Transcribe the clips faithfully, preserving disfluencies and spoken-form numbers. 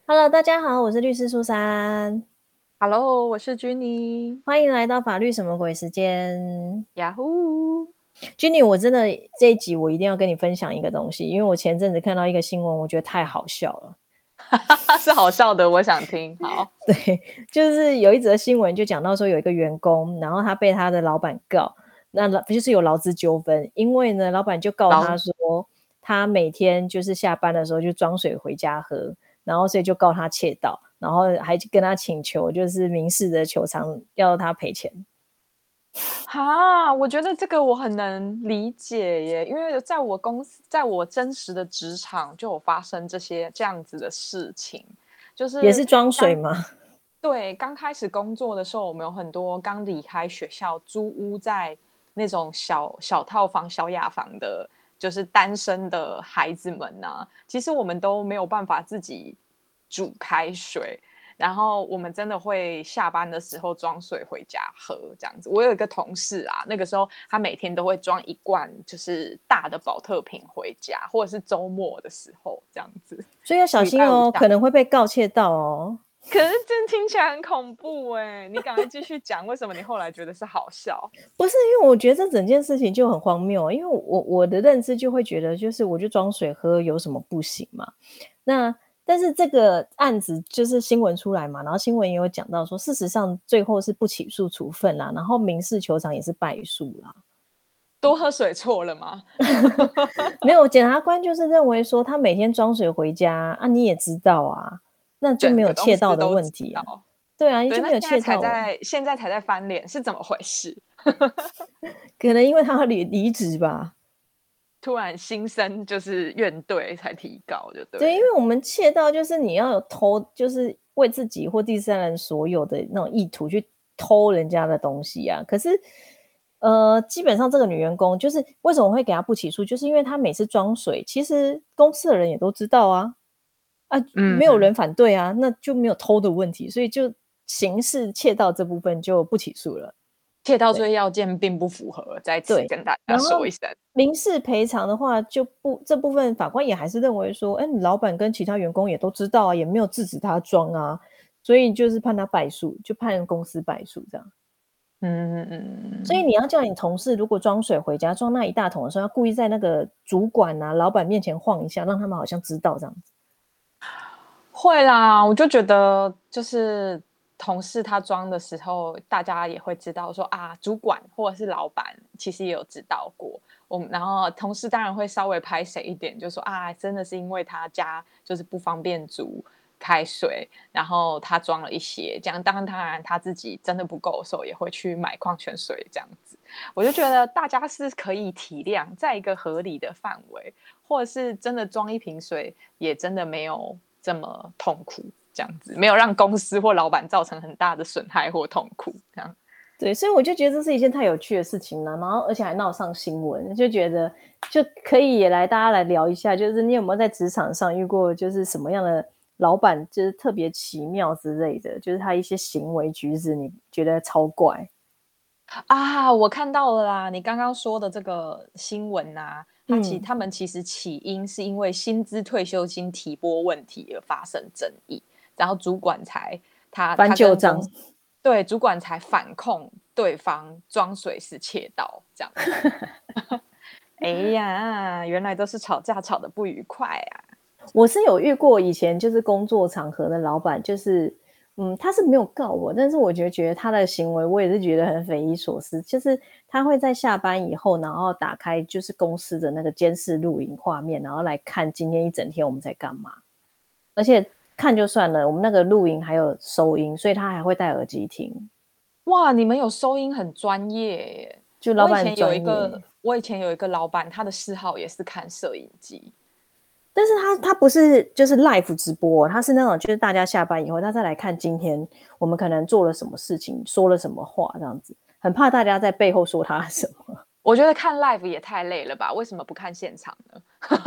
Hello，大家好，我是律师苏珊， Hello，我是君妮。 欢迎来到法律什么鬼时间。 雅虎， 君妮，我真的这一集我一定要跟你分享一个东西，因为我前阵子看到一个新闻，我觉得太好笑了。 是好笑的，我想听。好， 对，就是有一则新闻就讲到说有一个员工，然后他被他的老板告，那就是有劳资纠纷，因为呢，老板就告他劳说他每天就是下班的时候就装水回家喝，然后所以就告他窃盗，然后还跟他请求就是民事的求偿要他赔钱。 哈，我觉得这个我很能理解耶，因为在我公司，在我真实的职场就有发生这些这样子的事情，就是也是装水刚吗？ 对刚开始工作的时候，我们有很多刚离开学校租屋在那种小小套房、小雅房的，就是单身的孩子们啊，其实我们都没有办法自己煮开水。然后我们真的会下班的时候装水回家喝，这样子。我有一个同事啊，那个时候他每天都会装一罐就是大的保特瓶回家，或者是周末的时候这样子。 所以要小礼心哦， 拜五下， 可能会被告窃盗哦。 可是这听起来很恐怖哎！你赶快继续讲，为什么你后来觉得是好笑？ 不是，因为我觉得这整件事情就很荒谬，因为我我的认知就会觉得，就是我就装水喝有什么不行嘛？那但是这个案子就是新闻出来嘛，然后新闻也有讲到说，事实上最后是不起诉处分啦，然后民事求偿也是败诉啦。 多喝水错了吗？ 没有，检察官就是认为说他每天装水回家啊，你也知道啊，那就没有整个公窃盗的司都知问题啊。 道。 对啊， 对， 就没有那现在窃盗哦， 才在现在才在翻脸，是怎么回事？ 可能因为他要离离职吧。 突然心生就是怨怼才提高，就对对，因了。 为我们窃盗就是你要有偷，就是为自己或第三人所有的那种意图去偷人家的东西啊。可是，呃，基本上这个女员工就是为什么会给她不起诉，就是因为她每次装水，其实公司的人也都知道啊，啊，没有嗯， 人反对啊，那就没有偷的问题，所以就刑事窃盗这部分就不起诉了。 窃盗对。 罪要件并不符合，在此对， 跟大家然后说一声。 民事赔偿的话，就不这部分法官也还是认为说，哎，你老板跟其他员工也都知道啊，也没有制止他装啊，所以就是判他败诉，就判公司败诉这样。 嗯嗯嗯， 所以你要叫你同事如果装水回家，装那一大桶的时候，要故意在那个主管啊、老板面前晃一下，让他们好像知道这样子。 会啦，我就觉得就是同事他装的时候，大家也会知道说啊，主管或者是老板其实也有知道过。我们然后同事当然会稍微拍谁一点，就说啊，真的是因为他家就是不方便煮开水，然后他装了一些，这样当然当然他自己真的不够的时候，也会去买矿泉水这样子。我就觉得大家是可以体谅，在一个合理的范围，或者是真的装一瓶水，也真的没有这么痛苦，这样子没有让公司或老板造成很大的损害或痛苦，这样。 对，所以我就觉得这是一件太有趣的事情了，然后而且还闹上新闻，就觉得就可以也来大家来聊一下，就是你有没有在职场上遇过就是什么样的老板，就是特别奇妙之类的，就是他一些行为举止你觉得超怪。 啊，我看到了啦！你刚刚说的这个新闻啊，他其嗯， 他们其实起因是因为薪资退休金提拨问题而发生争议，然后主管才他翻他跟公司旧账。 对主管才反控对方装水是窃盗这样子。哎呀，原来都是吵架吵得不愉快啊！ 我是有遇过以前就是工作场合的老板，就是嗯，他是没有告我，但是我觉得觉得他的行为，我也是觉得很匪夷所思。就是他会在下班以后，然后打开就是公司的那个监视录影画面，然后来看今天一整天我们在干嘛。而且看就算了，我们那个录影还有收音，所以他还会戴耳机听。 哇，你们有收音很专业耶！ 就老板我以前有一专业， 个，我以前有一个老板，他的嗜好也是看摄影机。 但是他他不是就是 live 直播，他是那种就是大家下班以后，他再来看今天我们可能做了什么事情，说了什么话这样子，很怕大家在背后说他什么。 我觉得看 live 也太累了吧？为什么不看现场呢？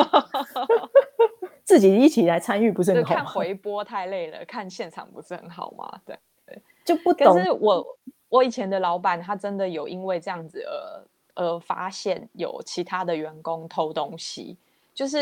自己一起来参与不是就很好吗？ 看回播太累了，看现场不是很好吗？对对。 就不可懂。 是我我以前的老板，他真的有因为这样子而而发现有其他的员工偷东西，就是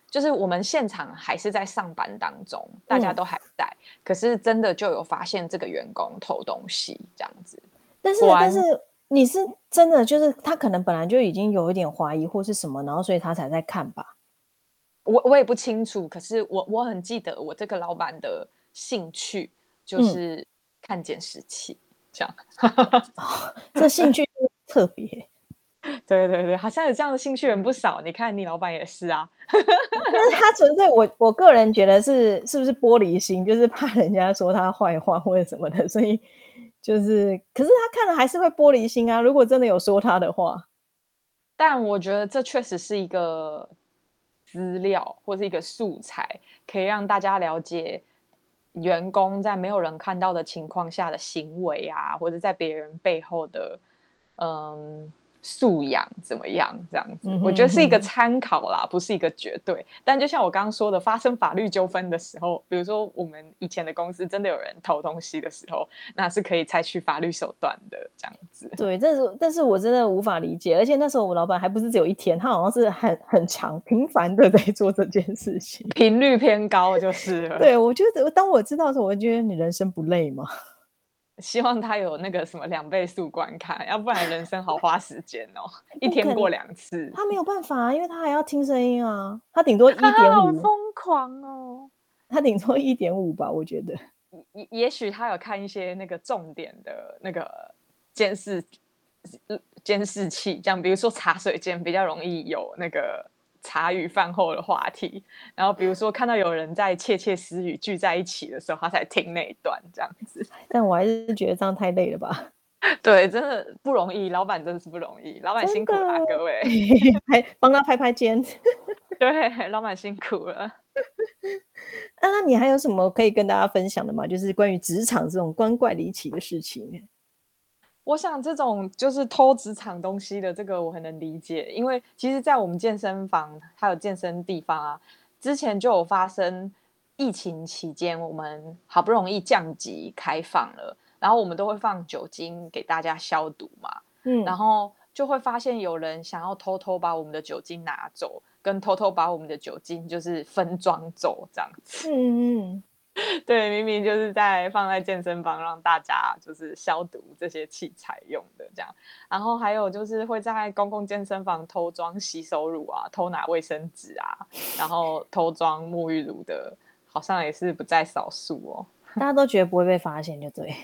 就是我们现场还是在上班当中，大家都还在，嗯、可是真的就有发现这个员工偷东西这样子。 但是但是你是真的就是他可能本来就已经有一点怀疑或是什么，然后所以他才在看吧。 我我也不清楚，可是我我很记得我这个老板的兴趣就是看监视器，嗯、这样。 哦、这兴趣特别。 对对对，好像有这样的兴趣人不少。你看你老板也是啊。 但是他纯粹我我个人觉得是是不是玻璃心，就是怕人家说他坏话或者什么的，所以就是可是他看了还是会玻璃心啊，如果真的有说他的话。 但我觉得这确实是一个资料或是一个素材，可以让大家了解员工在没有人看到的情况下的行为啊，或者在别人背后的嗯素养怎么样这样子。嗯、我觉得是一个参考啦，不是一个绝对。但就像我刚刚说的，发生法律纠纷的时候，比如说我们以前的公司真的有人偷东西的时候，那是可以采取法律手段的这样子。 对，但是但是我真的无法理解，而且那时候我老板还不是只有一天，他好像是很很长频繁的在做这件事情， 频率偏高就是了。 对，我觉得当我知道的时候，我就觉得你人生不累吗？ 希望他有那个什么两倍速观看，要不然人生好花时间哦，一天过两次。 他没有办法，因为他还要听声音啊，他顶多一点五， 好疯狂哦， 他顶多一点五吧，我觉得。 也也许他有看一些那个重点的那个监视监视器，这样比如说茶水间比较容易有那个茶余饭后的话题，然后比如说看到有人在窃窃私语聚在一起的时候，他才听那一段这样子。 但我还是觉得这样太累了吧。 对，真的不容易，老板真的是不容易，老板辛苦了、啊、各位， 还帮他拍拍肩。 对，老板辛苦了。啊， 那你还有什么可以跟大家分享的吗？就是关于职场这种光怪离奇的事情。 我想这种就是偷职场东西的，这个我很能理解，因为其实在我们健身房还有健身地方啊，之前就有发生疫情期间，我们好不容易降级开放了，然后我们都会放酒精给大家消毒嘛，嗯，然后就会发现有人想要偷偷把我们的酒精拿走，跟偷偷把我们的酒精就是分装走这样子。嗯嗯。对，明明就是在放在健身房让大家就是消毒这些器材用的这样，然后还有就是会在公共健身房偷装洗手乳啊，偷拿卫生纸啊，然后偷装沐浴乳的，好像也是不在少数哦。 大家都觉得不会被发现，就对。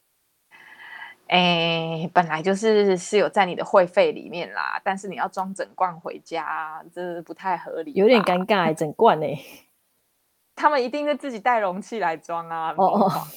哎，本来就是是有在你的会费里面啦，但是你要装整罐回家，这不太合理， 有点尴尬，整罐哎。 他们一定是自己带容器来装啊，很疯狂。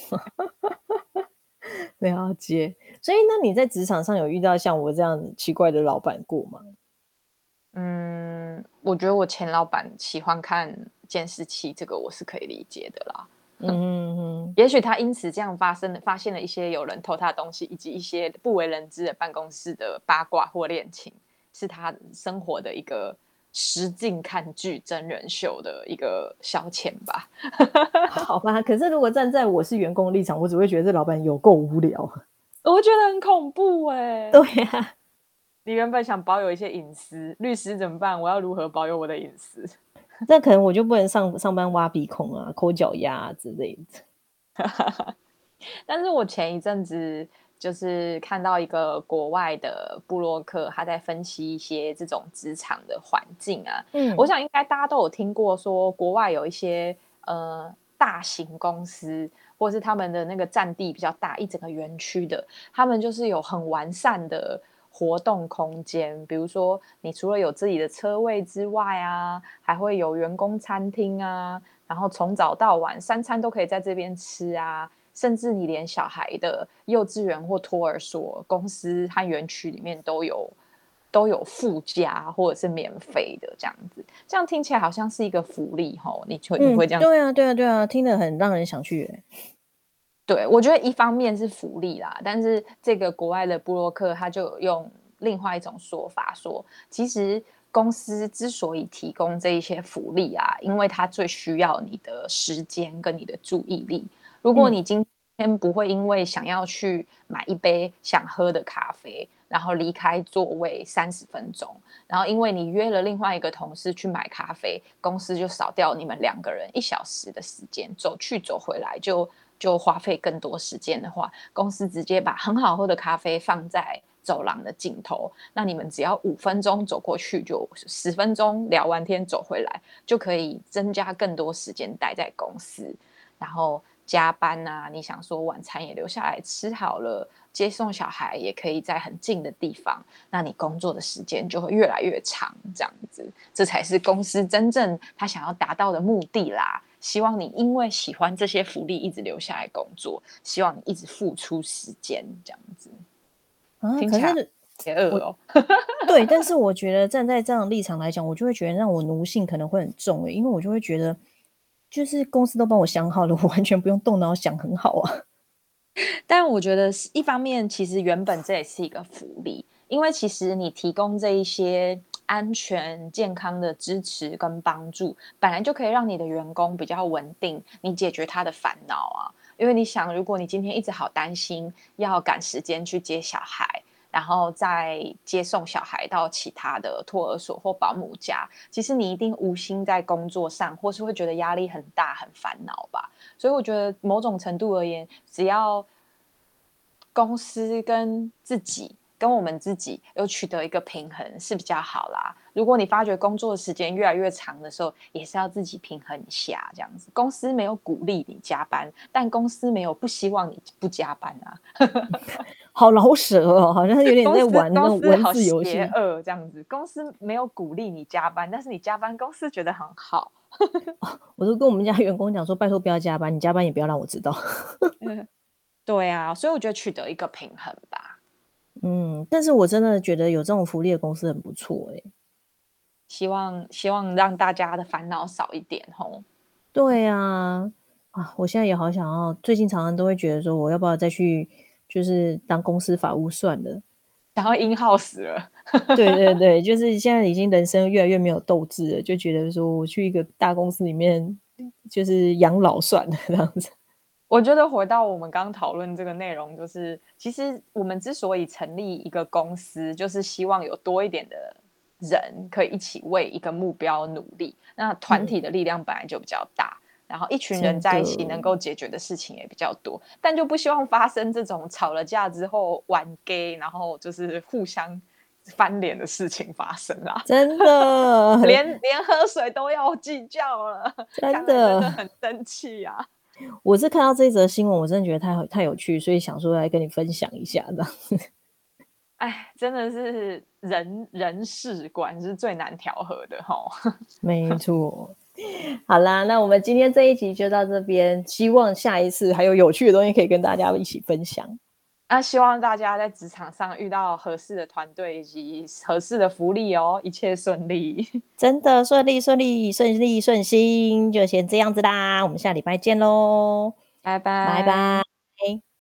了解。所以那你在职场上有遇到像我这样奇怪的老板过吗？ 嗯，我觉得我前老板喜欢看监视器，这个我是可以理解的啦。嗯嗯嗯，也许他因此这样发生了，发现了一些有人偷他的东西，以及一些不为人知的办公室的八卦或恋情，是他生活的一个实境看剧真人秀的一个消遣吧。 好吧，可是如果站在我是员工的立场，我只会觉得这老板有够无聊。 我觉得很恐怖哎、欸。 对呀、啊， 你原本想保有一些隐私，律师怎么办？我要如何保有我的隐私？ 那可能我就不能上上班挖鼻孔啊、抠脚丫啊之类的。 但是我前一阵子就是看到一个国外的部落客，他在分析一些这种职场的环境啊。嗯，我想应该大家都有听过说，国外有一些呃大型公司，或是他们的那个占地比较大，一整个园区的，他们就是有很完善的活动空间，比如说你除了有自己的车位之外啊，还会有员工餐厅啊，然后从早到晚三餐都可以在这边吃啊，甚至你连小孩的幼稚园或托儿所、公司和园区里面都有都有附加或者是免费的这样子，这样听起来好像是一个福利吼，你会、嗯、你会这样？ 对啊，对啊，对啊，听得很让人想去耶。 对，我觉得一方面是福利啦，但是这个国外的部落客他就有用另外一种说法说，其实公司之所以提供这一些福利啊，因为他最需要你的时间跟你的注意力。如果你今天不会因为想要去买一杯想喝的咖啡， 然后离开座位三十分钟，然后因为你约了另外一个同事去买咖啡，公司就少掉你们两个人一小时的时间，走去走回来就就花费更多时间的话，公司直接把很好喝的咖啡放在走廊的尽头，那你们只要五分钟走过去，就十分钟聊完天走回来，就可以增加更多时间待在公司，然后加班啊，你想说晚餐也留下来吃好了，接送小孩也可以在很近的地方，那你工作的时间就会越来越长，这样子，这才是公司真正他想要达到的目的啦。希望你因为喜欢这些福利一直留下来工作，希望你一直付出时间，这样子。 啊， 听起来可是邪恶哦。 对，但是我觉得站在这样的立场来讲，我就会觉得让我奴性可能会很重诶，因为我就会觉得，就是公司都帮我想好了，我完全不用动脑想，很好啊。 但我觉得一方面，其实原本这也是一个福利，因为其实你提供这一些安全健康的支持跟帮助，本来就可以让你的员工比较稳定，你解决他的烦恼啊。因为你想，如果你今天一直好担心要赶时间去接小孩，然后再接送小孩到其他的托儿所或保姆家，其实你一定无心在工作上，或是会觉得压力很大、很烦恼吧。所以我觉得某种程度而言，只要公司跟自己跟我们自己有取得一个平衡是比较好啦。如果你发觉工作的时间越来越长的时候，也是要自己平衡一下，这样子。公司没有鼓励你加班，但公司没有不希望你不加班啊。 好老舍哦，好像有点在玩那种文公司好字游戏。 邪恶这样子，公司没有鼓励你加班，但是你加班，公司觉得很好。 我都跟我们家员工讲说，拜托不要加班，你加班也不要让我知道。 对啊，所以我觉得取得一个平衡吧。 嗯，但是我真的觉得有这种福利的公司很不错欸。 希望希望让大家的烦恼少一点吼。 对啊，啊，我现在也好想要，最近常常都会觉得说，我要不要再去就是当公司法务算了。 然后阴耗死了。 对对对，就是现在已经人生越来越没有斗志了，就觉得说我去一个大公司里面就是养老算了这样子。 我觉得回到我们刚刚讨论这个内容，就是其实我们之所以成立一个公司，就是希望有多一点的人可以一起为一个目标努力。那团体的力量本来就比较大，然后一群人在一起能够解决的事情也比较多，但就不希望发生这种吵了架之后玩 gay， 然后就是互相翻脸的事情发生啦。 真的， 连连喝水都要计较了， 真的真的的很生气啊。 我是看到这一则新闻，我真的觉得太太有趣，所以想说来跟你分享一下这样子。 哎，真的是人人事观是最难调和的齁。 没错。好啦，那我们今天这一集就到这边，希望下一次还有有趣的东西可以跟大家一起分享。 那希望大家在职场上遇到合适的团队以及合适的福利哦，一切顺利。 真的顺利顺利顺利顺心，就先这样子啦，我们下礼拜见咯， 拜拜。 拜拜。